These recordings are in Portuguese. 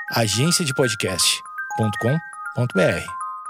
agenciadepodcast.com.br.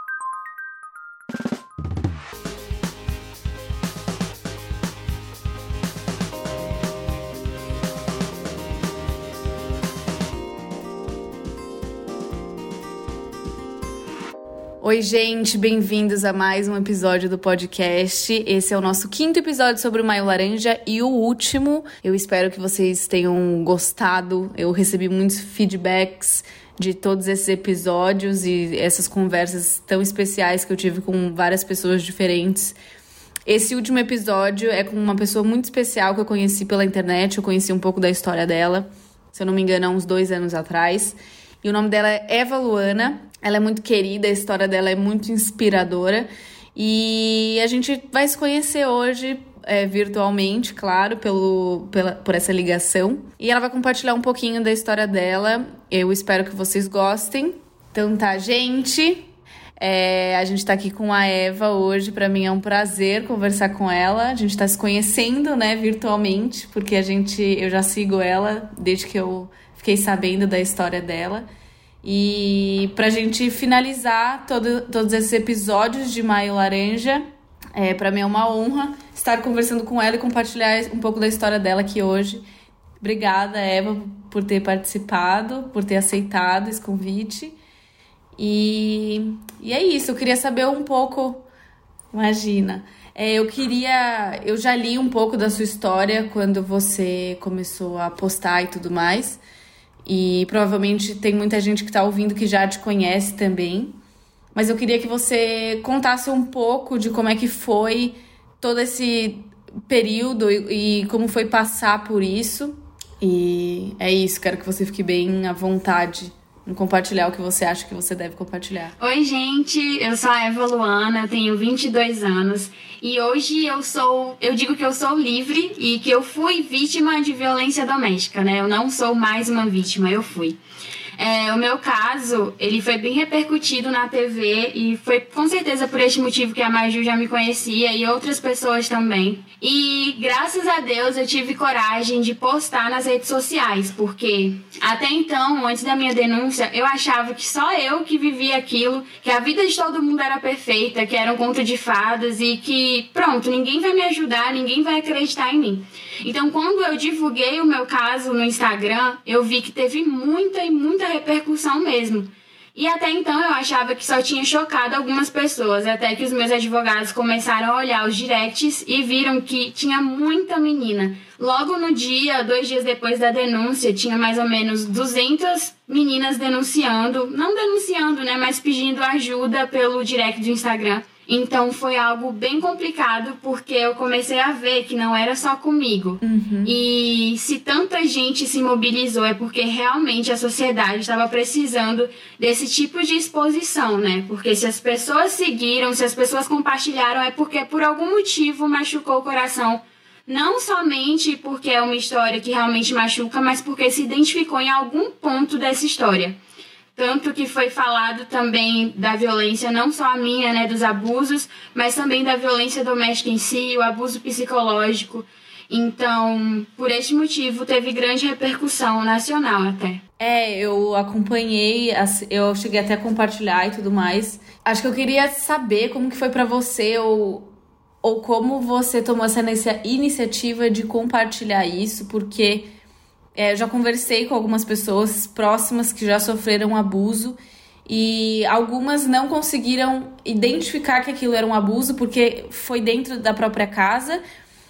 Oi, gente, bem-vindos a mais um episódio do podcast. Esse é o nosso 5º episódio sobre o Maio Laranja e o último. Eu espero que vocês tenham gostado. Eu recebi muitos feedbacks de todos esses episódios e essas conversas tão especiais que eu tive com várias pessoas diferentes. Esse último episódio é com uma pessoa muito especial que eu conheci pela internet. Eu conheci um pouco da história dela, se eu não me engano, há uns 2 anos atrás. E o nome dela é Eva Luana. Ela é muito querida, a história dela é muito inspiradora. E a gente vai se conhecer hoje, virtualmente, claro, por essa ligação. E ela vai compartilhar um pouquinho da história dela. Eu espero que vocês gostem. Então tá, gente. A gente tá aqui com a Eva hoje. Pra mim é um prazer conversar com ela. A gente tá se conhecendo, né, virtualmente, porque eu já sigo ela desde que eu fiquei sabendo da história dela. E pra gente finalizar todos esses episódios de Maio Laranja, pra mim é uma honra estar conversando com ela e compartilhar um pouco da história dela aqui hoje. Obrigada, Eva, por ter participado, por ter aceitado esse convite. E é isso, eu queria saber um pouco, imagina, eu já li um pouco da sua história quando você começou a postar e tudo mais. E provavelmente tem muita gente que está ouvindo que já te conhece também. Mas eu queria que você contasse um pouco de como é que foi todo esse período e como foi passar por isso. E é isso, quero que você fique bem à vontade em compartilhar o que você acha que você deve compartilhar. Oi, gente, eu sou a Eva Luana, tenho 22 anos e hoje eu digo que eu sou livre e que eu fui vítima de violência doméstica, né? Eu não sou mais uma vítima, eu fui. O meu caso, ele foi bem repercutido na TV e foi com certeza por este motivo que a Maju já me conhecia e outras pessoas também. E graças a Deus eu tive coragem de postar nas redes sociais, porque até então, antes da minha denúncia, eu achava que só eu que vivia aquilo, que a vida de todo mundo era perfeita, que era um conto de fadas e que, pronto, ninguém vai me ajudar, ninguém vai acreditar em mim. Então, quando eu divulguei o meu caso no Instagram, eu vi que teve muita repercussão mesmo. E até então eu achava que só tinha chocado algumas pessoas, até que os meus advogados começaram a olhar os directs e viram que tinha muita menina. Logo no dia, 2 dias depois da denúncia, tinha mais ou menos 200 meninas denunciando, não denunciando, né, mas pedindo ajuda pelo direct do Instagram. Então foi algo bem complicado, porque eu comecei a ver que não era só comigo. Uhum. E se tanta gente se mobilizou, é porque realmente a sociedade estava precisando desse tipo de exposição, né? Porque se as pessoas seguiram, se as pessoas compartilharam, é porque por algum motivo machucou o coração. Não somente porque é uma história que realmente machuca, mas porque se identificou em algum ponto dessa história. Tanto que foi falado também da violência, não só a minha, né, dos abusos, mas também da violência doméstica em si, o abuso psicológico. Então, por este motivo, teve grande repercussão nacional até. Eu acompanhei, eu cheguei até a compartilhar e tudo mais. Acho que eu queria saber como que foi pra você ou como você tomou essa iniciativa de compartilhar isso, porque eu já conversei com algumas pessoas próximas que já sofreram abuso e algumas não conseguiram identificar que aquilo era um abuso porque foi dentro da própria casa,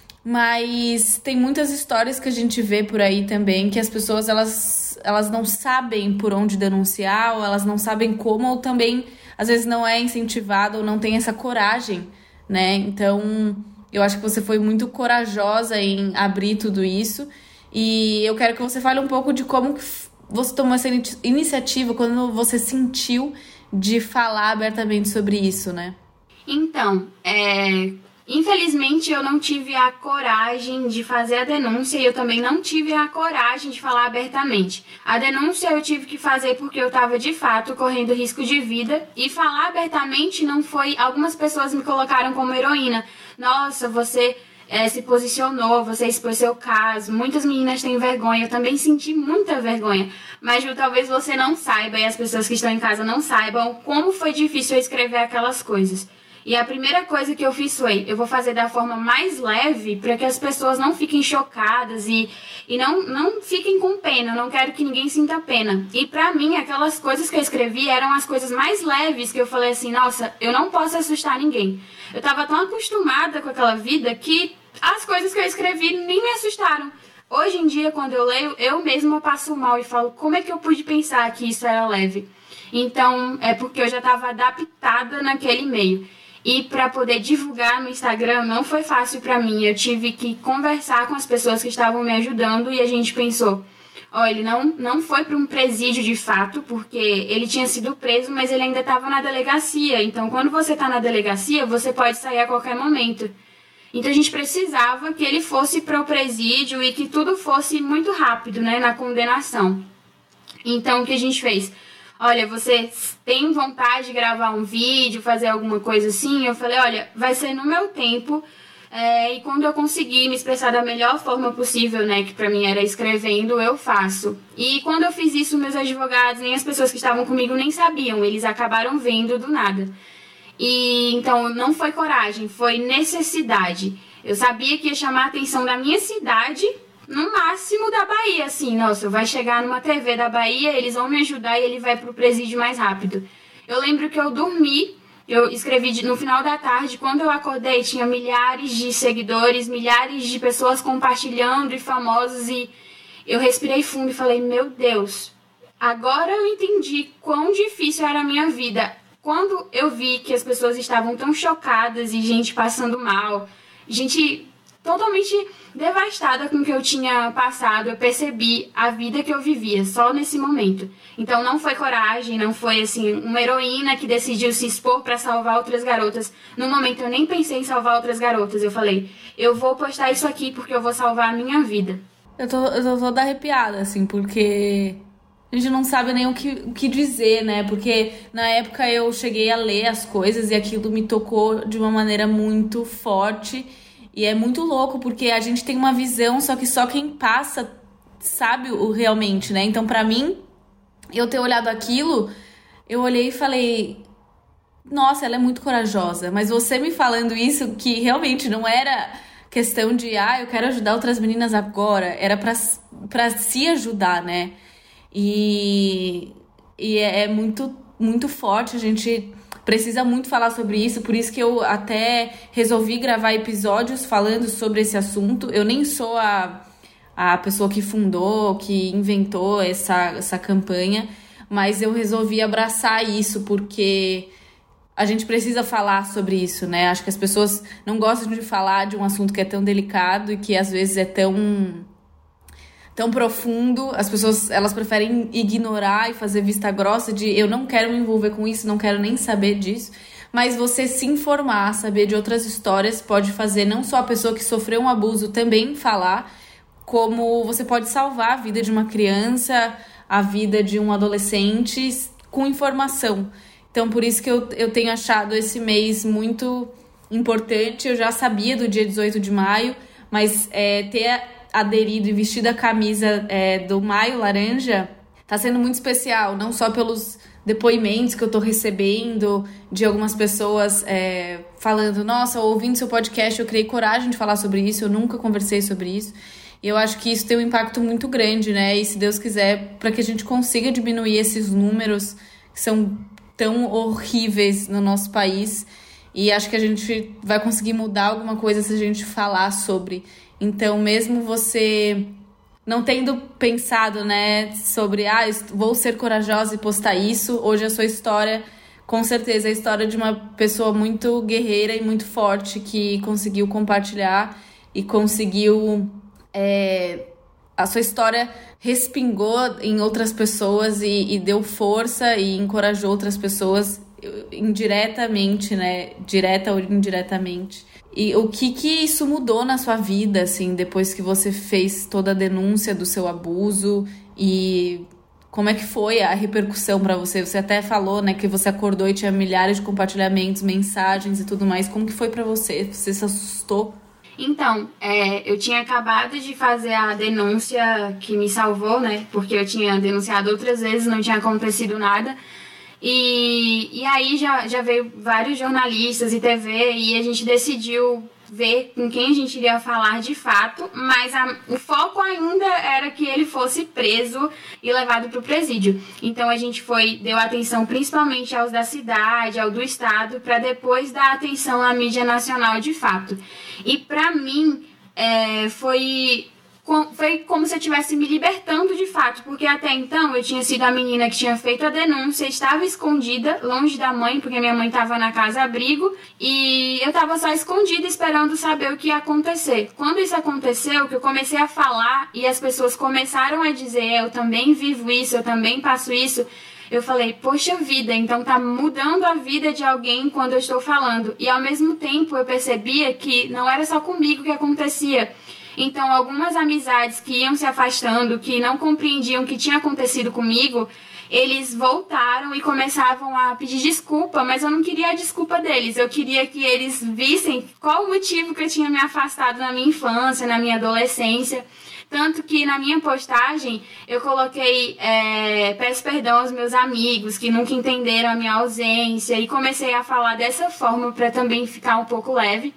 mas tem muitas histórias que a gente vê por aí também que as pessoas elas não sabem por onde denunciar, ou elas não sabem como, ou também às vezes não é incentivado ou não tem essa coragem, né? Então eu acho que você foi muito corajosa em abrir tudo isso. E eu quero que você fale um pouco de como que você tomou essa iniciativa, quando você sentiu de falar abertamente sobre isso, né? Então, infelizmente eu não tive a coragem de fazer a denúncia e eu também não tive a coragem de falar abertamente. A denúncia eu tive que fazer porque eu estava de fato correndo risco de vida e falar abertamente não foi... Algumas pessoas me colocaram como heroína. Nossa, você se posicionou, você expôs seu caso. Muitas meninas têm vergonha, eu também senti muita vergonha. Mas, Ju, talvez você não saiba, e as pessoas que estão em casa não saibam, como foi difícil eu escrever aquelas coisas. E a primeira coisa que eu fiz foi, eu vou fazer da forma mais leve para que as pessoas não fiquem chocadas e não fiquem com pena. Eu não quero que ninguém sinta pena. E para mim, aquelas coisas que eu escrevi eram as coisas mais leves, que eu falei assim, nossa, eu não posso assustar ninguém. Eu tava tão acostumada com aquela vida que as coisas que eu escrevi nem me assustaram. Hoje em dia, quando eu leio, eu mesma passo mal e falo, como é que eu pude pensar que isso era leve? Então, é porque eu já estava adaptada naquele meio. E para poder divulgar no Instagram não foi fácil para mim. Eu tive que conversar com as pessoas que estavam me ajudando e a gente pensou, ele não foi para um presídio de fato, porque ele tinha sido preso, mas ele ainda estava na delegacia. Então, quando você está na delegacia, você pode sair a qualquer momento. Então, a gente precisava que ele fosse para o presídio e que tudo fosse muito rápido, né, na condenação. Então, o que a gente fez? Olha, você tem vontade de gravar um vídeo, fazer alguma coisa assim? Eu falei, olha, vai ser no meu tempo e quando eu conseguir me expressar da melhor forma possível, né, que pra mim era escrevendo, eu faço. E quando eu fiz isso, meus advogados, nem as pessoas que estavam comigo nem sabiam, eles acabaram vendo do nada. E então não foi coragem, foi necessidade. Eu sabia que ia chamar a atenção da minha cidade, no máximo da Bahia, assim, nossa, vai chegar numa TV da Bahia, eles vão me ajudar e ele vai pro presídio mais rápido. Eu lembro que eu dormi, eu escrevi no final da tarde, quando eu acordei tinha milhares de seguidores, milhares de pessoas compartilhando e famosos e eu respirei fundo e falei, meu Deus, agora eu entendi quão difícil era a minha vida. Quando eu vi que as pessoas estavam tão chocadas e gente passando mal, gente totalmente devastada com o que eu tinha passado, eu percebi a vida que eu vivia só nesse momento. Então não foi coragem, não foi assim uma heroína que decidiu se expor para salvar outras garotas. No momento eu nem pensei em salvar outras garotas, eu falei, eu vou postar isso aqui porque eu vou salvar a minha vida. Eu tô toda arrepiada, assim, porque a gente não sabe nem o que dizer, né? Porque na época eu cheguei a ler as coisas e aquilo me tocou de uma maneira muito forte. E é muito louco, porque a gente tem uma visão, só que só quem passa sabe o realmente, né? Então, pra mim, eu ter olhado aquilo, eu olhei e falei, nossa, ela é muito corajosa. Mas você me falando isso, que realmente não era questão de, eu quero ajudar outras meninas agora. Era pra se ajudar, né? E é muito, muito forte, a gente precisa muito falar sobre isso, por isso que eu até resolvi gravar episódios falando sobre esse assunto. Eu nem sou a pessoa que fundou, que inventou essa campanha, mas eu resolvi abraçar isso, porque a gente precisa falar sobre isso, né? Acho que as pessoas não gostam de falar de um assunto que é tão delicado e que às vezes é tão profundo. As pessoas, elas preferem ignorar e fazer vista grossa de eu não quero me envolver com isso, não quero nem saber disso. Mas você se informar, saber de outras histórias, pode fazer não só a pessoa que sofreu um abuso também falar, como você pode salvar a vida de uma criança, a vida de um adolescente com informação. Então, por isso que eu tenho achado esse mês muito importante. Eu já sabia do dia 18 de maio, mas ter aderido e vestido a camisa do Maio Laranja tá sendo muito especial, não só pelos depoimentos que eu tô recebendo de algumas pessoas falando, nossa, ouvindo seu podcast eu criei coragem de falar sobre isso, eu nunca conversei sobre isso, e eu acho que isso tem um impacto muito grande, né, e se Deus quiser, para que a gente consiga diminuir esses números que são tão horríveis no nosso país, e acho que a gente vai conseguir mudar alguma coisa se a gente falar sobre. Então, mesmo você não tendo pensado, né, sobre, vou ser corajosa e postar isso, hoje a sua história, com certeza, é a história de uma pessoa muito guerreira e muito forte que conseguiu compartilhar e conseguiu... a sua história respingou em outras pessoas e deu força e encorajou outras pessoas indiretamente, né, direta ou indiretamente. E o que isso mudou na sua vida, assim, depois que você fez toda a denúncia do seu abuso? E como é que foi a repercussão pra você? Você até falou, né, que você acordou e tinha milhares de compartilhamentos, mensagens e tudo mais. Como que foi pra você? Você se assustou? Então, eu tinha acabado de fazer a denúncia que me salvou, né? Porque eu tinha denunciado outras vezes, não tinha acontecido nada. E aí já veio vários jornalistas e TV e a gente decidiu ver com quem a gente iria falar de fato, mas o foco ainda era que ele fosse preso e levado para o presídio. Então a gente deu atenção principalmente aos da cidade, ao do estado, para depois dar atenção à mídia nacional de fato. E para mim foi como se eu estivesse me libertando de fato, porque até então eu tinha sido a menina que tinha feito a denúncia, estava escondida, longe da mãe, porque minha mãe estava na casa-abrigo, e eu estava só escondida esperando saber o que ia acontecer. Quando isso aconteceu, que eu comecei a falar e as pessoas começaram a dizer, eu também vivo isso, eu também passo isso, eu falei, poxa vida, então tá mudando a vida de alguém quando eu estou falando. E ao mesmo tempo eu percebia que não era só comigo que acontecia. Então, algumas amizades que iam se afastando, que não compreendiam o que tinha acontecido comigo, eles voltaram e começavam a pedir desculpa, mas eu não queria a desculpa deles. Eu queria que eles vissem qual o motivo que eu tinha me afastado na minha infância, na minha adolescência. Tanto que na minha postagem eu coloquei, peço perdão aos meus amigos que nunca entenderam a minha ausência, e comecei a falar dessa forma para também ficar um pouco leve.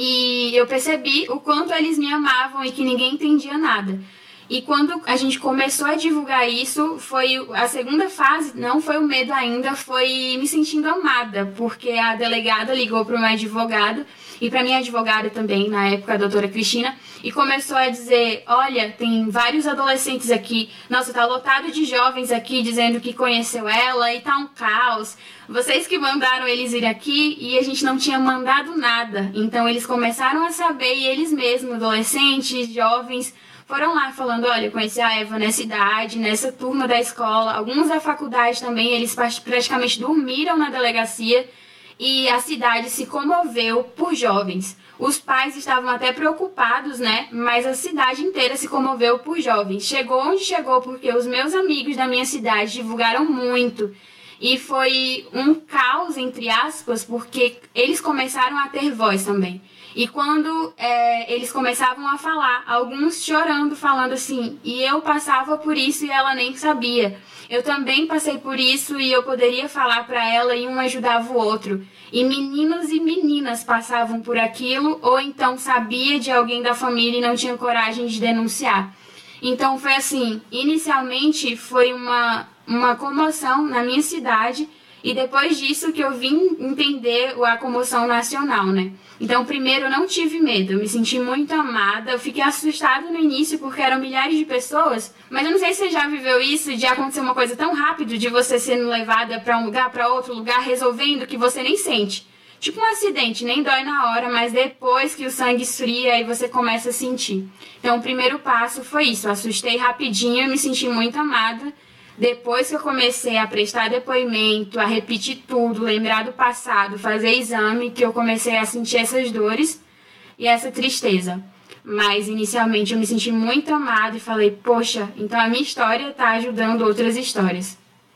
E eu percebi o quanto eles me amavam e que ninguém entendia nada. E quando a gente começou a divulgar isso, foi a segunda fase, não foi o medo ainda, foi me sentindo amada, porque a delegada ligou para o meu advogado e para minha advogada também, na época a doutora Cristina, e começou a dizer, olha, tem vários adolescentes aqui, nossa, tá lotado de jovens aqui dizendo que conheceu ela e tá um caos. Vocês que mandaram eles ir aqui e a gente não tinha mandado nada. Então eles começaram a saber e eles mesmos, adolescentes, jovens, foram lá falando, olha, eu conheci a Eva nessa idade, nessa turma da escola, alguns da faculdade também, eles praticamente dormiram na delegacia e a cidade se comoveu por jovens. Os pais estavam até preocupados, né? Mas a cidade inteira se comoveu por jovens. Chegou onde chegou porque os meus amigos da minha cidade divulgaram muito. E foi um caos, entre aspas, porque eles começaram a ter voz também. E quando eles começavam a falar, alguns chorando, falando assim, e eu passava por isso e ela nem sabia. Eu também passei por isso e eu poderia falar para ela e um ajudava o outro. E meninos e meninas passavam por aquilo ou então sabia de alguém da família e não tinha coragem de denunciar. Então foi assim, inicialmente foi uma comoção na minha cidade e depois disso que eu vim entender a comoção nacional, né? Então, primeiro, eu não tive medo, eu me senti muito amada, eu fiquei assustada no início porque eram milhares de pessoas, mas eu não sei se você já viveu isso, de acontecer uma coisa tão rápido, de você sendo levada para um lugar, para outro lugar, resolvendo que você nem sente. Tipo um acidente, nem dói na hora, mas depois que o sangue esfria e você começa a sentir. Então, o primeiro passo foi isso, eu assustei rapidinho, eu me senti muito amada. Depois que eu comecei a prestar depoimento, a repetir tudo, lembrar do passado, fazer exame, que eu comecei a sentir essas dores e essa tristeza. Mas, inicialmente, eu me senti muito amada e falei, poxa, então a minha história está ajudando outras histórias.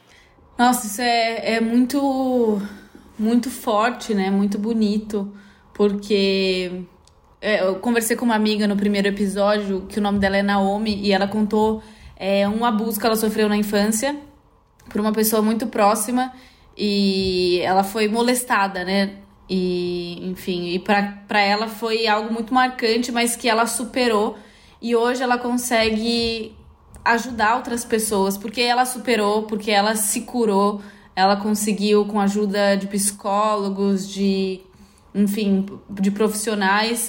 Nossa, isso é muito, muito forte, né? Muito bonito, porque eu conversei com uma amiga no primeiro episódio, que o nome dela é Naomi, e ela contou um abuso que ela sofreu na infância por uma pessoa muito próxima e ela foi molestada, né? E, enfim, e pra ela foi algo muito marcante, mas que ela superou e hoje ela consegue ajudar outras pessoas, porque ela superou, porque ela se curou, ela conseguiu com a ajuda de psicólogos, de profissionais.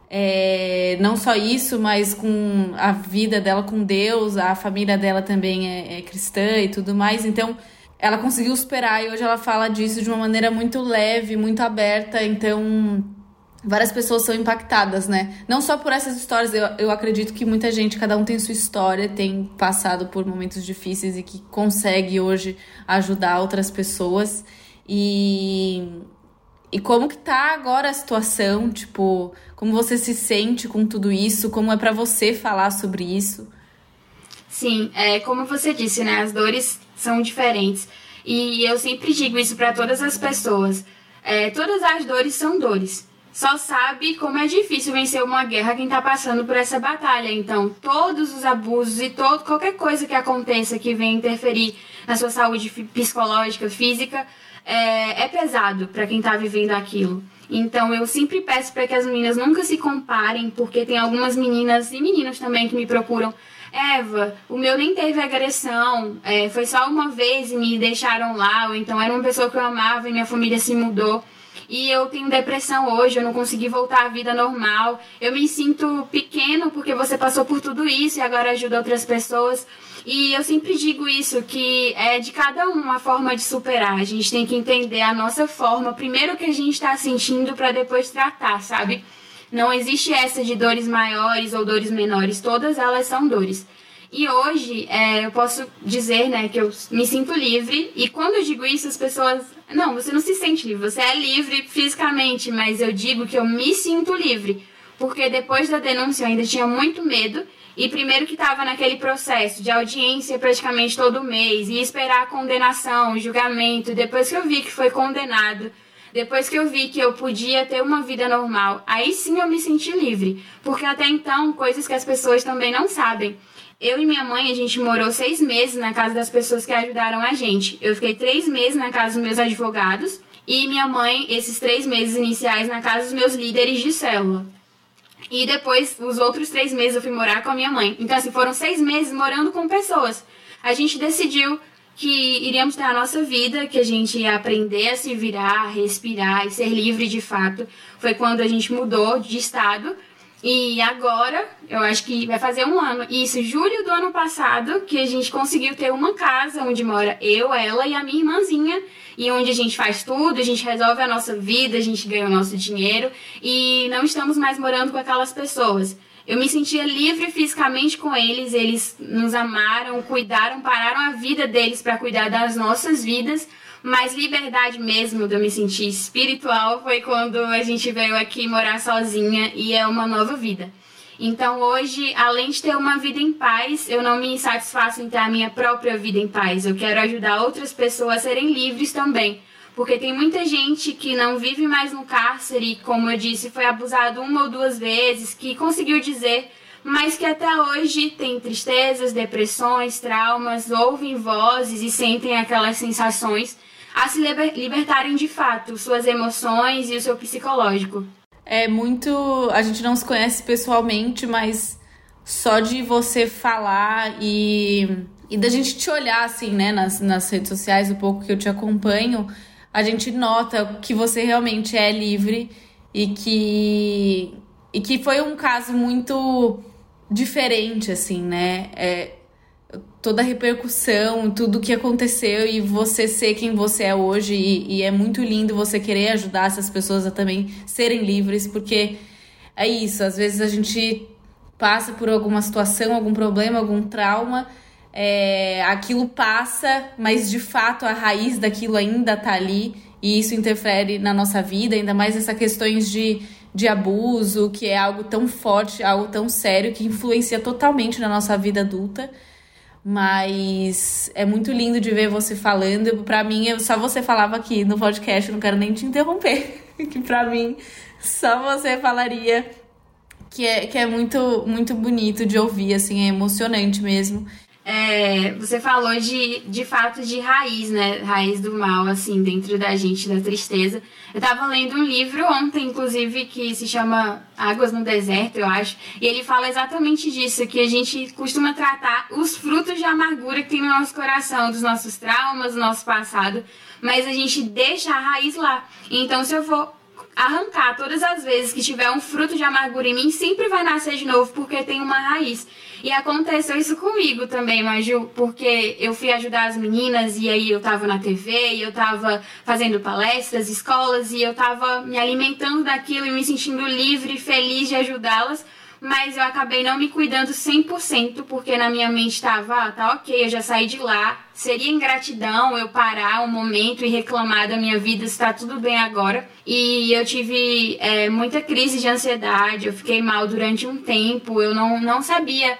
Não só isso, mas com a vida dela com Deus, a família dela também é cristã e tudo mais, então ela conseguiu superar e hoje ela fala disso de uma maneira muito leve, muito aberta, então várias pessoas são impactadas, né? Não só por essas histórias, eu acredito que muita gente, cada um tem sua história, tem passado por momentos difíceis e que consegue hoje ajudar outras pessoas E como que tá agora a situação, tipo, como você se sente com tudo isso, como é pra você falar sobre isso? Sim, como você disse, né, as dores são diferentes e eu sempre digo isso pra todas as pessoas, todas as dores são dores só sabe como é difícil vencer uma guerra quem tá passando por essa batalha. Então, todos os abusos e qualquer coisa que aconteça que venha interferir na sua saúde psicológica, física, é pesado para quem tá vivendo aquilo. Então, eu sempre peço para que as meninas nunca se comparem, porque tem algumas meninas e meninos também que me procuram. Eva, o meu nem teve agressão, foi só uma vez e me deixaram lá, ou então era uma pessoa que eu amava e minha família se mudou. E eu tenho depressão hoje, eu não consegui voltar à vida normal. Eu me sinto pequeno porque você passou por tudo isso e agora ajuda outras pessoas. E eu sempre digo isso, que é de cada um a forma de superar. A gente tem que entender a nossa forma, primeiro o que a gente está sentindo para depois tratar, sabe? Não existe essa de dores maiores ou dores menores, todas elas são dores. E hoje eu posso dizer, né, que eu me sinto livre, e quando eu digo isso as pessoas... Não, você não se sente livre, você é livre fisicamente, mas eu digo que eu me sinto livre, porque depois da denúncia eu ainda tinha muito medo, e primeiro que estava naquele processo de audiência praticamente todo mês, e esperar a condenação, o julgamento, depois que eu vi que foi condenado, depois que eu vi que eu podia ter uma vida normal, aí sim eu me senti livre, porque até então, coisas que as pessoas também não sabem. Eu e minha mãe, a gente morou 6 meses na casa das pessoas que ajudaram a gente. Eu fiquei 3 meses na casa dos meus advogados e minha mãe, esses 3 meses iniciais, na casa dos meus líderes de célula. E depois, os outros 3 meses eu fui morar com a minha mãe. Então, assim, foram 6 meses morando com pessoas. A gente decidiu que iríamos ter a nossa vida, que a gente ia aprender a se virar, a respirar e ser livre de fato. Foi quando a gente mudou de estado. E agora, eu acho que vai fazer 1 ano, isso, julho do ano passado, que a gente conseguiu ter uma casa onde mora eu, ela e a minha irmãzinha, e onde a gente faz tudo, a gente resolve a nossa vida, a gente ganha o nosso dinheiro, e não estamos mais morando com aquelas pessoas. Eu me sentia livre fisicamente com eles, eles nos amaram, cuidaram, pararam a vida deles para cuidar das nossas vidas, mas liberdade mesmo de eu me sentir espiritual foi quando a gente veio aqui morar sozinha e é uma nova vida. Então hoje, além de ter uma vida em paz, eu não me satisfaço em ter a minha própria vida em paz. Eu quero ajudar outras pessoas a serem livres também. Porque tem muita gente que não vive mais no cárcere, como eu disse, foi abusado 1 ou 2 vezes, que conseguiu dizer, mas que até hoje tem tristezas, depressões, traumas, ouvem vozes e sentem aquelas sensações a se libertarem de fato, suas emoções e o seu psicológico. É muito... A gente não se conhece pessoalmente, mas só de você falar e da gente te olhar, assim, né, nas redes sociais, o pouco que eu te acompanho, a gente nota que você realmente é livre e que foi um caso muito diferente, assim, né? Toda a repercussão, tudo que aconteceu e você ser quem você é hoje e é muito lindo você querer ajudar essas pessoas a também serem livres, porque é isso, às vezes a gente passa por alguma situação, algum problema, algum trauma, aquilo passa, mas de fato a raiz daquilo ainda tá ali e isso interfere na nossa vida, ainda mais essas questões de abuso, que é algo tão forte, algo tão sério, que influencia totalmente na nossa vida adulta. Mas é muito lindo de ver você falando. Pra mim, só você falava aqui no podcast, eu não quero nem te interromper, que pra mim só você falaria, que é muito, muito bonito de ouvir, assim, é emocionante mesmo. Você falou de fato de raiz, né? Raiz do mal, assim, dentro da gente, da tristeza. Eu tava lendo um livro ontem, inclusive, que se chama Águas no Deserto, eu acho. E ele fala exatamente disso, que a gente costuma tratar os frutos de amargura que tem no nosso coração, dos nossos traumas, do nosso passado. Mas a gente deixa a raiz lá. Então, se eu for arrancar todas as vezes que tiver um fruto de amargura em mim, sempre vai nascer de novo, porque tem uma raiz. E aconteceu isso comigo também, Maju, porque eu fui ajudar as meninas e aí eu tava na TV, e eu tava fazendo palestras, escolas, e eu tava me alimentando daquilo e me sentindo livre e feliz de ajudá-las, mas eu acabei não me cuidando 100%, porque na minha mente tava, tá ok, eu já saí de lá, seria ingratidão eu parar um momento e reclamar da minha vida se tá tudo bem agora. E eu tive muita crise de ansiedade, eu fiquei mal durante um tempo, eu não sabia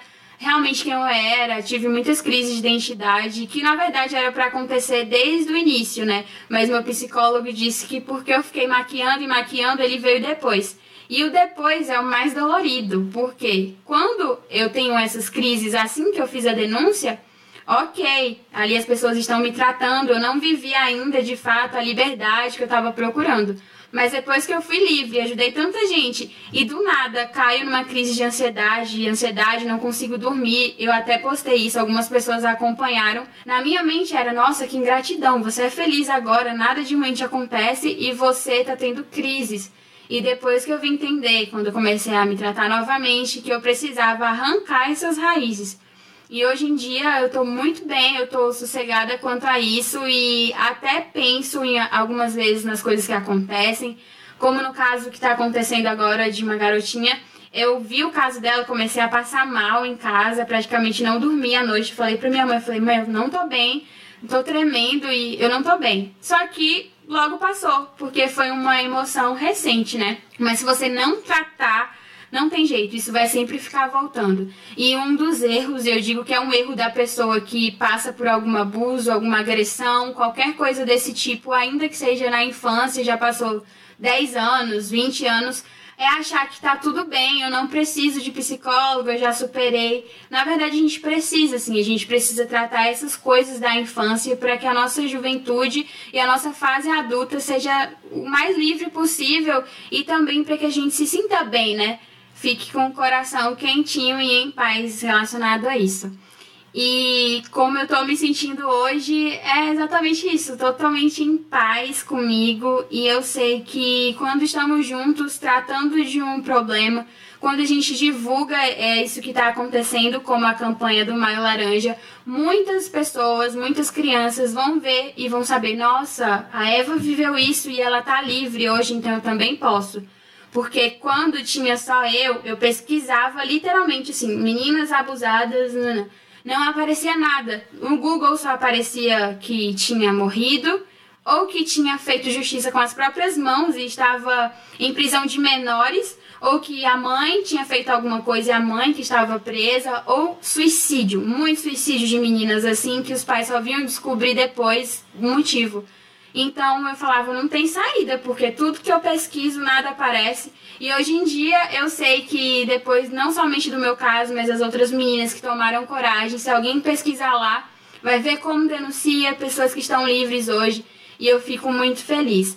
realmente quem eu era, tive muitas crises de identidade, que na verdade era para acontecer desde o início, né? Mas meu psicólogo disse que porque eu fiquei maquiando e maquiando, ele veio depois. E o depois é o mais dolorido, porque quando eu tenho essas crises assim que eu fiz a denúncia, ok, ali as pessoas estão me tratando, eu não vivi ainda de fato a liberdade que eu estava procurando. Mas depois que eu fui livre, ajudei tanta gente e do nada caio numa crise de ansiedade, não consigo dormir. Eu até postei isso, algumas pessoas acompanharam. Na minha mente era, nossa, que ingratidão, você é feliz agora, nada de ruim te acontece e você tá tendo crises. E depois que eu vim entender, quando eu comecei a me tratar novamente, que eu precisava arrancar essas raízes. E hoje em dia eu tô muito bem, eu tô sossegada quanto a isso e até penso em algumas vezes nas coisas que acontecem, como no caso que tá acontecendo agora de uma garotinha. Eu vi o caso dela, comecei a passar mal em casa, praticamente não dormi à noite. Falei pra minha mãe, mãe, eu não tô bem, tô tremendo e eu não tô bem. Só que logo passou, porque foi uma emoção recente, né? Mas se você não tratar, não tem jeito, isso vai sempre ficar voltando. E um dos erros, eu digo que é um erro da pessoa que passa por algum abuso, alguma agressão, qualquer coisa desse tipo, ainda que seja na infância, já passou 10 anos, 20 anos, é achar que tá tudo bem, eu não preciso de psicólogo, eu já superei. Na verdade, a gente precisa, assim, a gente precisa tratar essas coisas da infância para que a nossa juventude e a nossa fase adulta seja o mais livre possível e também para que a gente se sinta bem, né? Fique com o coração quentinho e em paz relacionado a isso. E como eu tô me sentindo hoje, é exatamente isso, totalmente em paz comigo. E eu sei que quando estamos juntos tratando de um problema, quando a gente divulga isso que está acontecendo, como a campanha do Maio Laranja, muitas pessoas, muitas crianças vão ver e vão saber, nossa, a Eva viveu isso e ela tá livre hoje, então eu também posso. Porque quando tinha só eu pesquisava literalmente assim, meninas abusadas, não aparecia nada. No Google só aparecia que tinha morrido ou que tinha feito justiça com as próprias mãos e estava em prisão de menores, ou que a mãe tinha feito alguma coisa e a mãe que estava presa, ou suicídio, muito suicídio de meninas assim, que os pais só vinham descobrir depois o motivo. Então eu falava, não tem saída, porque tudo que eu pesquiso, nada aparece. E hoje em dia eu sei que depois, não somente do meu caso, mas as outras meninas que tomaram coragem, se alguém pesquisar lá, vai ver como denuncia pessoas que estão livres hoje. E eu fico muito feliz.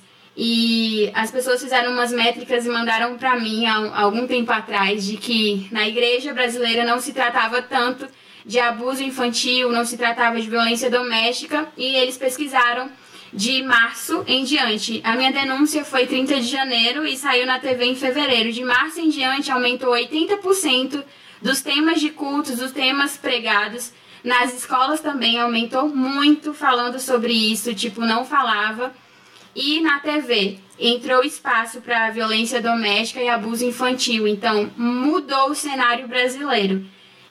E as pessoas fizeram umas métricas e mandaram para mim há algum tempo atrás de que na igreja brasileira não se tratava tanto de abuso infantil, não se tratava de violência doméstica, e eles pesquisaram de março em diante. A minha denúncia foi 30 de janeiro e saiu na TV em fevereiro. De março em diante aumentou 80% dos temas de cultos, dos temas pregados. Nas escolas também aumentou muito falando sobre isso, tipo, não falava. E na TV entrou espaço para violência doméstica e abuso infantil. Então mudou o cenário brasileiro.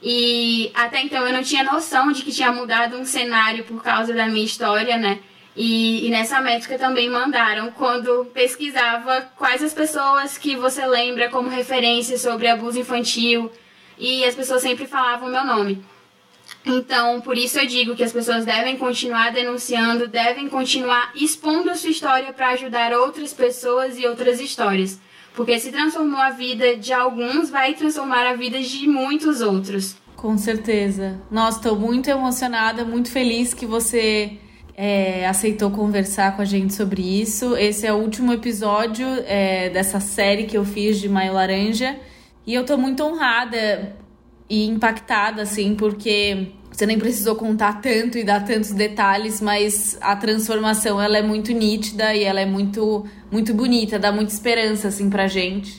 E até então eu não tinha noção de que tinha mudado um cenário por causa da minha história, né? E nessa métrica também mandaram, quando pesquisava quais as pessoas que você lembra como referência sobre abuso infantil, e as pessoas sempre falavam o meu nome. Então, por isso eu digo que as pessoas devem continuar denunciando, devem continuar expondo a sua história para ajudar outras pessoas e outras histórias. Porque se transformou a vida de alguns, vai transformar a vida de muitos outros. Com certeza. Nossa, estou muito emocionada, muito feliz que você aceitou conversar com a gente sobre isso. Esse é o último episódio dessa série que eu fiz de Maio Laranja. E eu tô muito honrada e impactada, assim, porque você nem precisou contar tanto e dar tantos detalhes, mas a transformação, ela é muito nítida e ela é muito, muito bonita, dá muita esperança, assim, pra gente.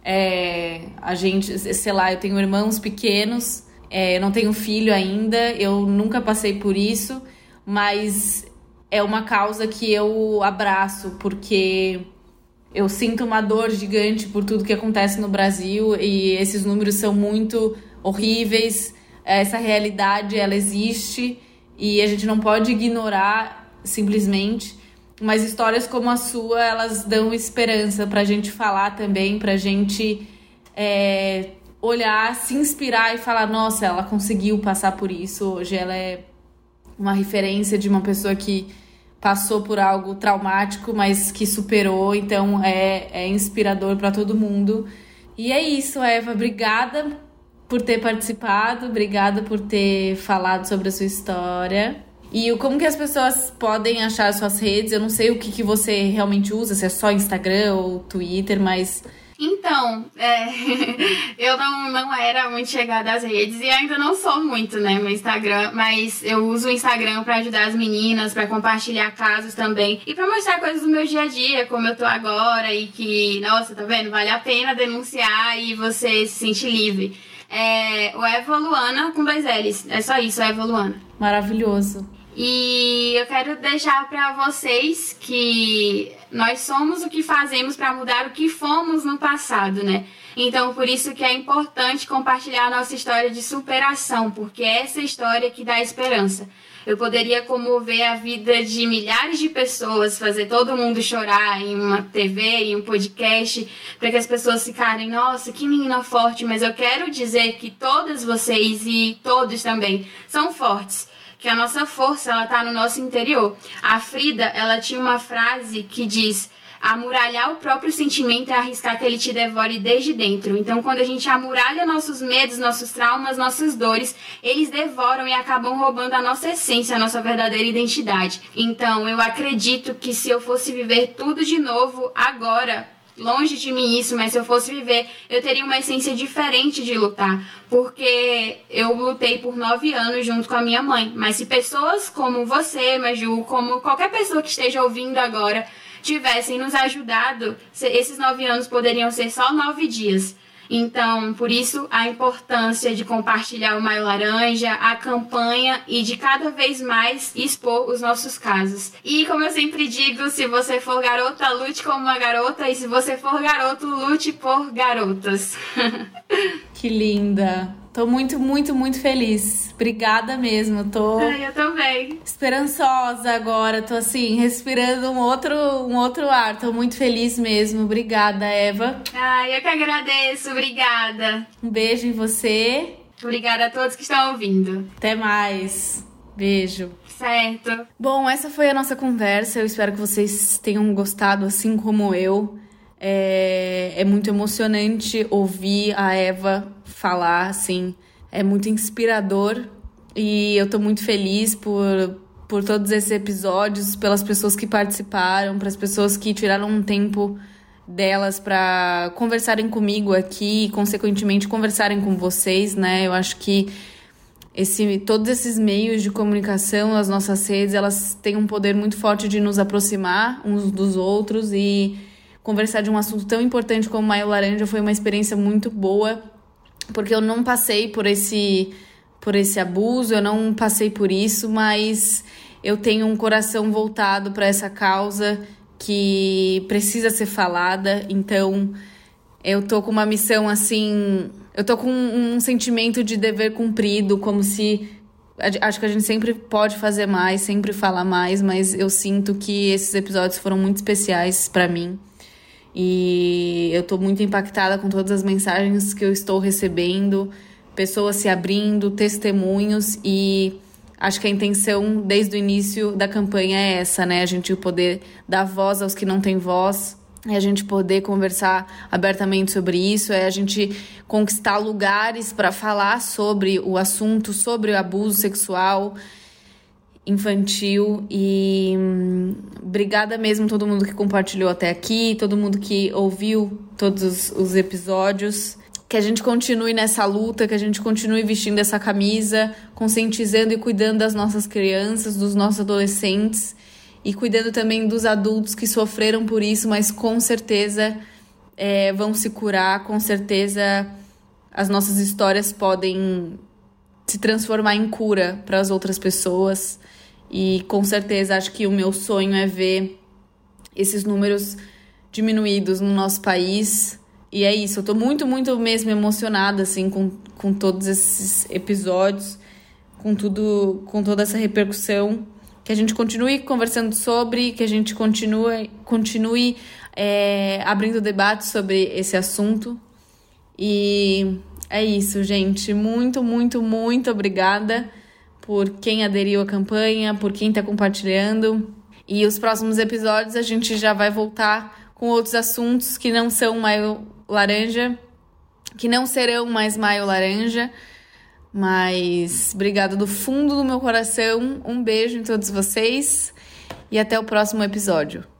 A gente, sei lá, eu tenho irmãos pequenos, eu não tenho filho ainda, eu nunca passei por isso, mas é uma causa que eu abraço, porque eu sinto uma dor gigante por tudo que acontece no Brasil e esses números são muito horríveis. Essa realidade, ela existe e a gente não pode ignorar simplesmente, mas histórias como a sua, elas dão esperança pra gente falar também, pra gente olhar, se inspirar e falar, nossa, ela conseguiu passar por isso. Hoje ela é uma referência de uma pessoa que passou por algo traumático, mas que superou. Então é inspirador para todo mundo. E é isso, Eva. Obrigada por ter participado. Obrigada por ter falado sobre a sua história. E como que as pessoas podem achar as suas redes? Eu não sei o que você realmente usa, se é só Instagram ou Twitter, mas... Então, eu não era muito chegada às redes e ainda não sou muito, né, no Instagram, mas eu uso o Instagram pra ajudar as meninas, pra compartilhar casos também e pra mostrar coisas do meu dia a dia, como eu tô agora e que, nossa, tá vendo? Vale a pena denunciar e você se sente livre. O Eva Luana com 2 L's, é só isso, Eva Luana. Maravilhoso. E eu quero deixar pra vocês que nós somos o que fazemos para mudar o que fomos no passado, né? Então, por isso que é importante compartilhar a nossa história de superação, porque é essa história que dá esperança. Eu poderia comover a vida de milhares de pessoas, fazer todo mundo chorar em uma TV, em um podcast, para que as pessoas ficarem, nossa, que menina forte, mas eu quero dizer que todas vocês e todos também são fortes. Que a nossa força, ela tá no nosso interior. A Frida, ela tinha uma frase que diz: amuralhar o próprio sentimento é arriscar que ele te devore desde dentro. Então, quando a gente amuralha nossos medos, nossos traumas, nossas dores, eles devoram e acabam roubando a nossa essência, a nossa verdadeira identidade. Então, eu acredito que se eu fosse viver tudo de novo agora, longe de mim isso, mas se eu fosse viver, eu teria uma essência diferente de lutar, porque eu lutei por 9 anos junto com a minha mãe. Mas se pessoas como você, Maju, como qualquer pessoa que esteja ouvindo agora, tivessem nos ajudado, esses 9 anos poderiam ser só 9 dias. Então, por isso, a importância de compartilhar o Maio Laranja, a campanha e de cada vez mais expor os nossos casos. E, como eu sempre digo, se você for garota, lute como uma garota. E se você for garoto, lute por garotas. Que linda! Tô muito, muito, muito feliz. Obrigada mesmo. Eu também. Esperançosa agora. Tô assim, respirando um outro ar. Tô muito feliz mesmo. Obrigada, Eva. Eu que agradeço. Obrigada. Um beijo em você. Obrigada a todos que estão ouvindo. Até mais. Beijo. Certo. Bom, essa foi a nossa conversa. Eu espero que vocês tenham gostado, assim como eu. É muito emocionante ouvir a Eva falar, assim, é muito inspirador e eu tô muito feliz por todos esses episódios, pelas pessoas que participaram, para as pessoas que tiraram um tempo delas para conversarem comigo aqui e, consequentemente, conversarem com vocês, né? Eu acho que todos esses meios de comunicação, as nossas redes, elas têm um poder muito forte de nos aproximar uns dos outros e conversar de um assunto tão importante como Maio Laranja foi uma experiência muito boa, porque eu não passei por esse abuso, eu não passei por isso, mas eu tenho um coração voltado para essa causa que precisa ser falada. Então eu tô com uma missão assim, eu tô com um sentimento de dever cumprido, como se, acho que a gente sempre pode fazer mais, sempre falar mais, mas eu sinto que esses episódios foram muito especiais para mim. E eu tô muito impactada com todas as mensagens que eu estou recebendo, pessoas se abrindo, testemunhos, e acho que a intenção desde o início da campanha é essa, né? A gente poder dar voz aos que não têm voz, é a gente poder conversar abertamente sobre isso, é a gente conquistar lugares para falar sobre o assunto, sobre o abuso sexual infantil. E obrigada mesmo a todo mundo que compartilhou até aqui, todo mundo que ouviu todos os episódios. Que a gente continue nessa luta, que a gente continue vestindo essa camisa, conscientizando e cuidando das nossas crianças, dos nossos adolescentes e cuidando também dos adultos que sofreram por isso, mas com certeza vão se curar, com certeza as nossas histórias podem se transformar em cura para as outras pessoas. E com certeza acho que o meu sonho é ver esses números diminuídos no nosso país. E é isso, eu tô muito, muito mesmo emocionada assim, com todos esses episódios, com toda essa repercussão. Que a gente continue conversando sobre, que a gente continue abrindo debate sobre esse assunto. E É isso, gente. Muito, muito, muito obrigada por quem aderiu à campanha, por quem tá compartilhando. E os próximos episódios a gente já vai voltar com outros assuntos que não são Maio Laranja, que não serão mais Maio Laranja. Mas obrigada do fundo do meu coração. Um beijo em todos vocês e até o próximo episódio.